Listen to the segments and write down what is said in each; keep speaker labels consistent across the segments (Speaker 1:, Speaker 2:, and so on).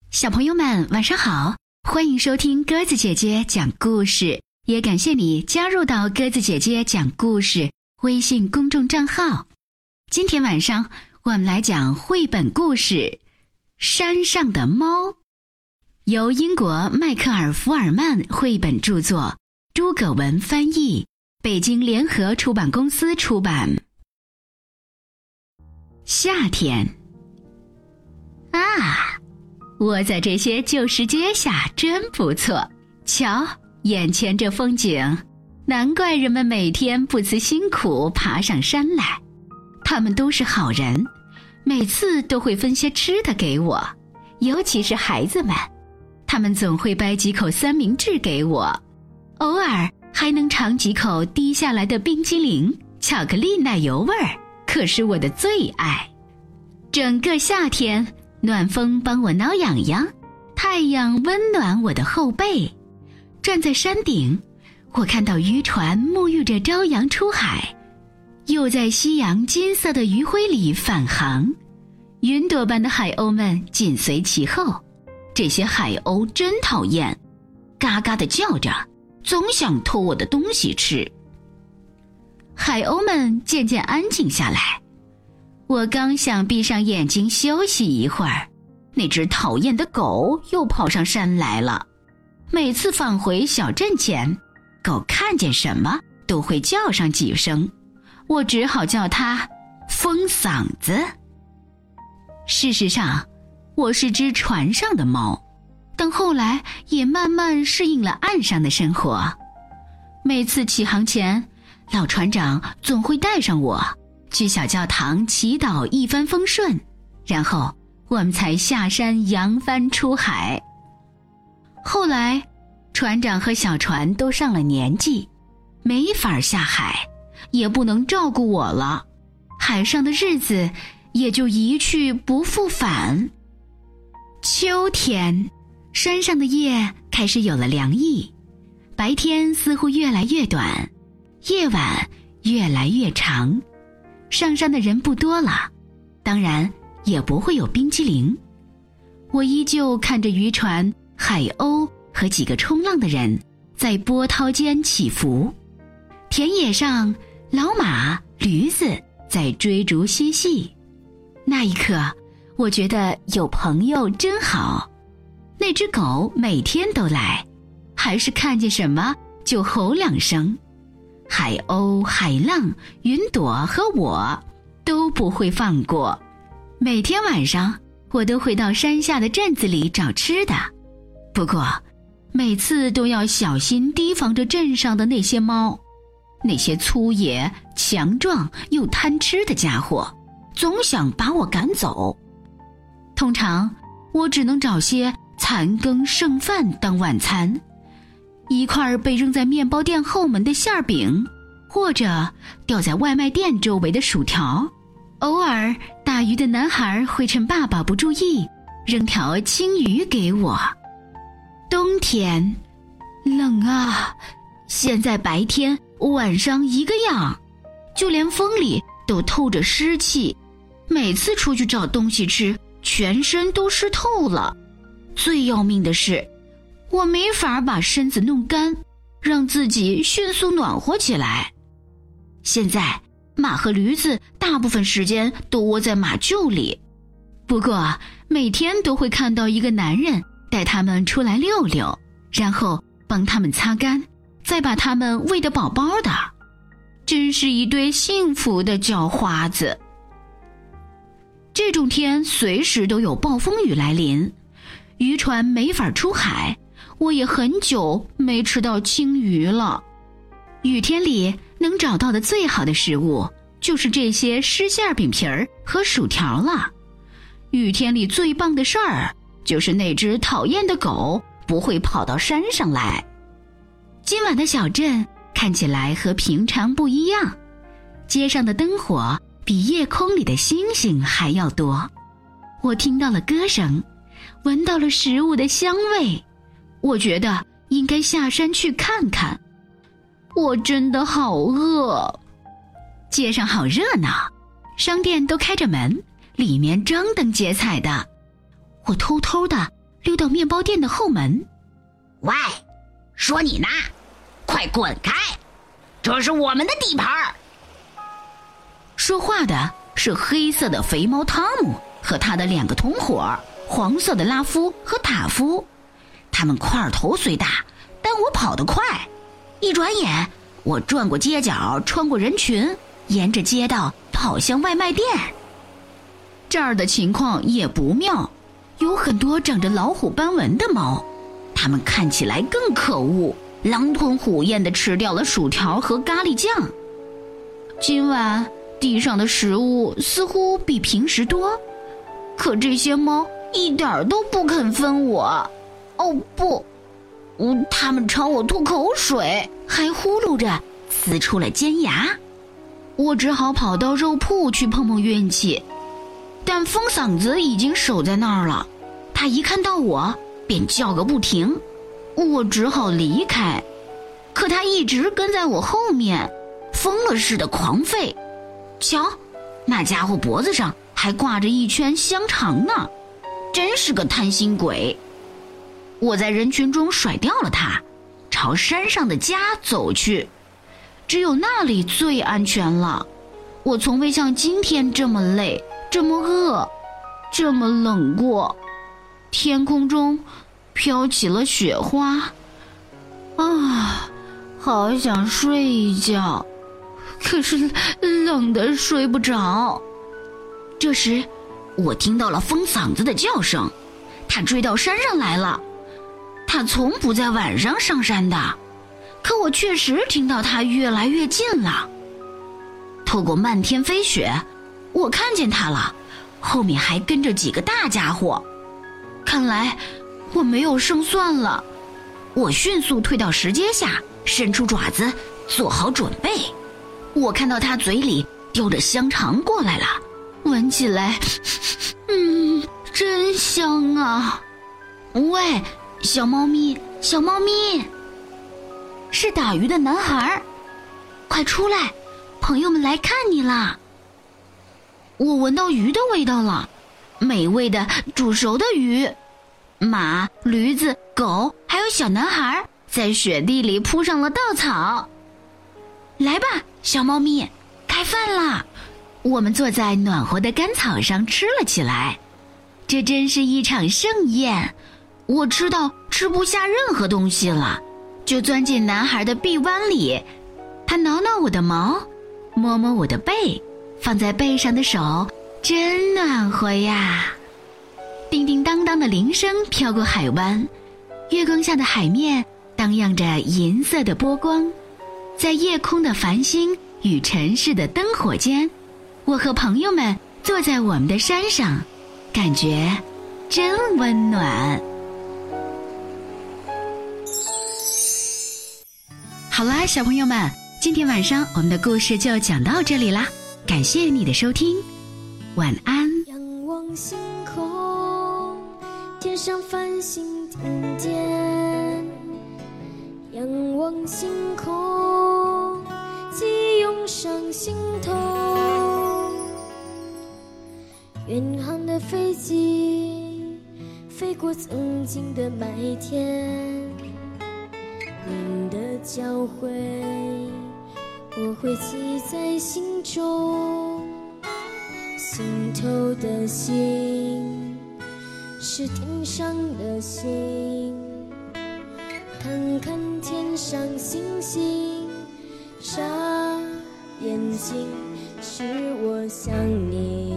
Speaker 1: 小朋友们晚上好，欢迎收听鸽子姐姐讲故事，也感谢你加入到鸽子姐姐讲故事微信公众账号。今天晚上我们来讲绘本故事《山上的猫》，由英国迈克尔·福尔曼绘本著作，朱葛文翻译，北京联合出版公司出版。夏天啊，窝在这些旧石阶下真不错，瞧，眼前这风景，难怪人们每天不辞辛苦爬上山来。他们都是好人，每次都会分些吃的给我，尤其是孩子们，他们总会掰几口三明治给我，偶尔还能尝几口滴下来的冰激凌，巧克力奶油味儿可是我的最爱。整个夏天，暖风帮我挠痒痒，太阳温暖我的后背。站在山顶，我看到渔船沐浴着朝阳出海，又在夕阳金色的余晖里返航，云朵般的海鸥们紧随其后。这些海鸥真讨厌，嘎嘎地叫着，总想偷我的东西吃。海鸥们渐渐安静下来，我刚想闭上眼睛休息一会儿，那只讨厌的狗又跑上山来了。每次返回小镇前，狗看见什么都会叫上几声，我只好叫它疯嗓子。事实上，我是只船上的猫，但后来也慢慢适应了岸上的生活。每次起航前，老船长总会带上我去小教堂祈祷一帆风顺，然后我们才下山扬帆出海。后来船长和小船都上了年纪，没法下海，也不能照顾我了，海上的日子也就一去不复返。秋天，山上的夜开始有了凉意，白天似乎越来越短，夜晚越来越长。上山的人不多了，当然也不会有冰激凌。我依旧看着渔船、海鸥和几个冲浪的人在波涛间起伏。田野上，老马、驴子在追逐嬉戏。那一刻，我觉得有朋友真好。那只狗每天都来，还是看见什么就吼两声。海鸥、海浪、云朵和我都不会放过。每天晚上，我都会到山下的镇子里找吃的，不过每次都要小心提防着镇上的那些猫，那些粗野、强壮又贪吃的家伙，总想把我赶走。通常我只能找些残羹剩饭当晚餐，一块被扔在面包店后门的馅饼，或者掉在外卖店周围的薯条。偶尔打鱼的男孩会趁爸爸不注意扔条青鱼给我。冬天冷啊，现在白天晚上一个样，就连风里都透着湿气，每次出去找东西吃，全身都湿透了。最要命的是，我没法把身子弄干，让自己迅速暖和起来。现在马和驴子大部分时间都窝在马厩里，不过每天都会看到一个男人带他们出来溜溜，然后帮他们擦干，再把他们喂得饱饱的，真是一对幸福的叫花子。这种天随时都有暴风雨来临，渔船没法出海，我也很久没吃到青鱼了。雨天里能找到的最好的食物就是这些湿馅饼皮儿和薯条了。雨天里最棒的事儿就是那只讨厌的狗不会跑到山上来。今晚的小镇看起来和平常不一样，街上的灯火比夜空里的星星还要多。我听到了歌声，闻到了食物的香味，我觉得应该下山去看看。我真的好饿。街上好热闹，商店都开着门，里面张灯结彩的。我偷偷的溜到面包店的后门。
Speaker 2: 喂，说你呢，快滚开，这是我们的地盘。
Speaker 1: 说话的是黑色的肥猫汤姆和他的2个同伙，黄色的拉夫和塔夫。他们块头虽大，但我跑得快。一转眼，我转过街角，穿过人群，沿着街道跑向外卖店。这儿的情况也不妙，有很多长着老虎斑纹的猫，它们看起来更可恶，狼吞虎咽地吃掉了薯条和咖喱酱。今晚地上的食物似乎比平时多，可这些猫一点都不肯分我。哦不，它们朝我吐口水，还呼噜着呲出了尖牙。我只好跑到肉铺去碰碰运气，但疯嗓子已经守在那儿了。他一看到我便叫个不停，我只好离开。可他一直跟在我后面，疯了似的狂吠。瞧，那家伙脖子上还挂着一圈香肠呢，真是个贪心鬼。我在人群中甩掉了他，朝山上的家走去。只有那里最安全了。我从未像今天这么累，这么饿，这么冷过。天空中飘起了雪花。好想睡一觉，可是冷得睡不着。这时我听到了疯嗓子的叫声，他追到山上来了。他从不在晚上上山的，可我确实听到他越来越近了。透过漫天飞雪，我看见他了，后面还跟着几个大家伙。看来我没有胜算了。我迅速退到石阶下，伸出爪子，做好准备。我看到他嘴里叼着香肠过来了，闻起来真香啊。喂，小猫咪，小猫咪，是打鱼的男孩，快出来，朋友们来看你啦。我闻到鱼的味道了，美味的煮熟的鱼。马、驴子、狗还有小男孩在雪地里铺上了稻草。来吧，小猫咪，开饭啦。我们坐在暖和的干草上吃了起来。这真是一场盛宴。我吃到吃不下任何东西了，就钻进男孩的臂弯里。他挠挠我的毛，摸摸我的背，放在背上的手真暖和呀。叮叮当当的铃声飘过海湾，月光下的海面荡漾着银色的波光。在夜空的繁星与城市的灯火间，我和朋友们坐在我们的山上，感觉真温暖。好啦，小朋友们，今天晚上我们的故事就讲到这里啦，感谢你的收听，晚安。
Speaker 3: 仰望星空，天上繁星点点，仰望星空，记忆涌上心头。远航的飞机飞过曾经的麦田，您的教诲我会记在心中。心头的星是天上的星，看看天上星星，眨眼睛是我想你。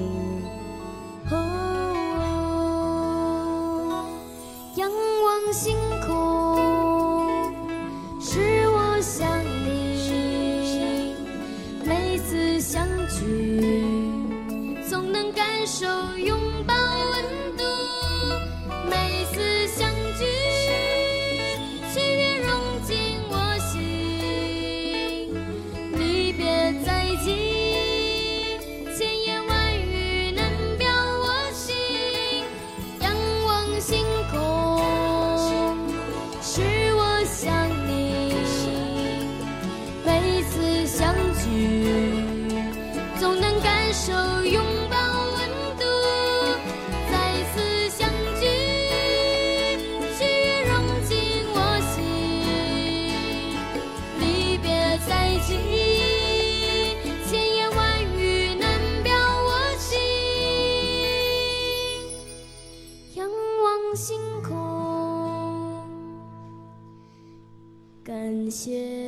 Speaker 3: 仰望星空，是我想你。每次相聚，总能感受拥抱温度。每次相聚，喜悦融进我心。离别在即，千言万语能表我心。仰望星空， 天线。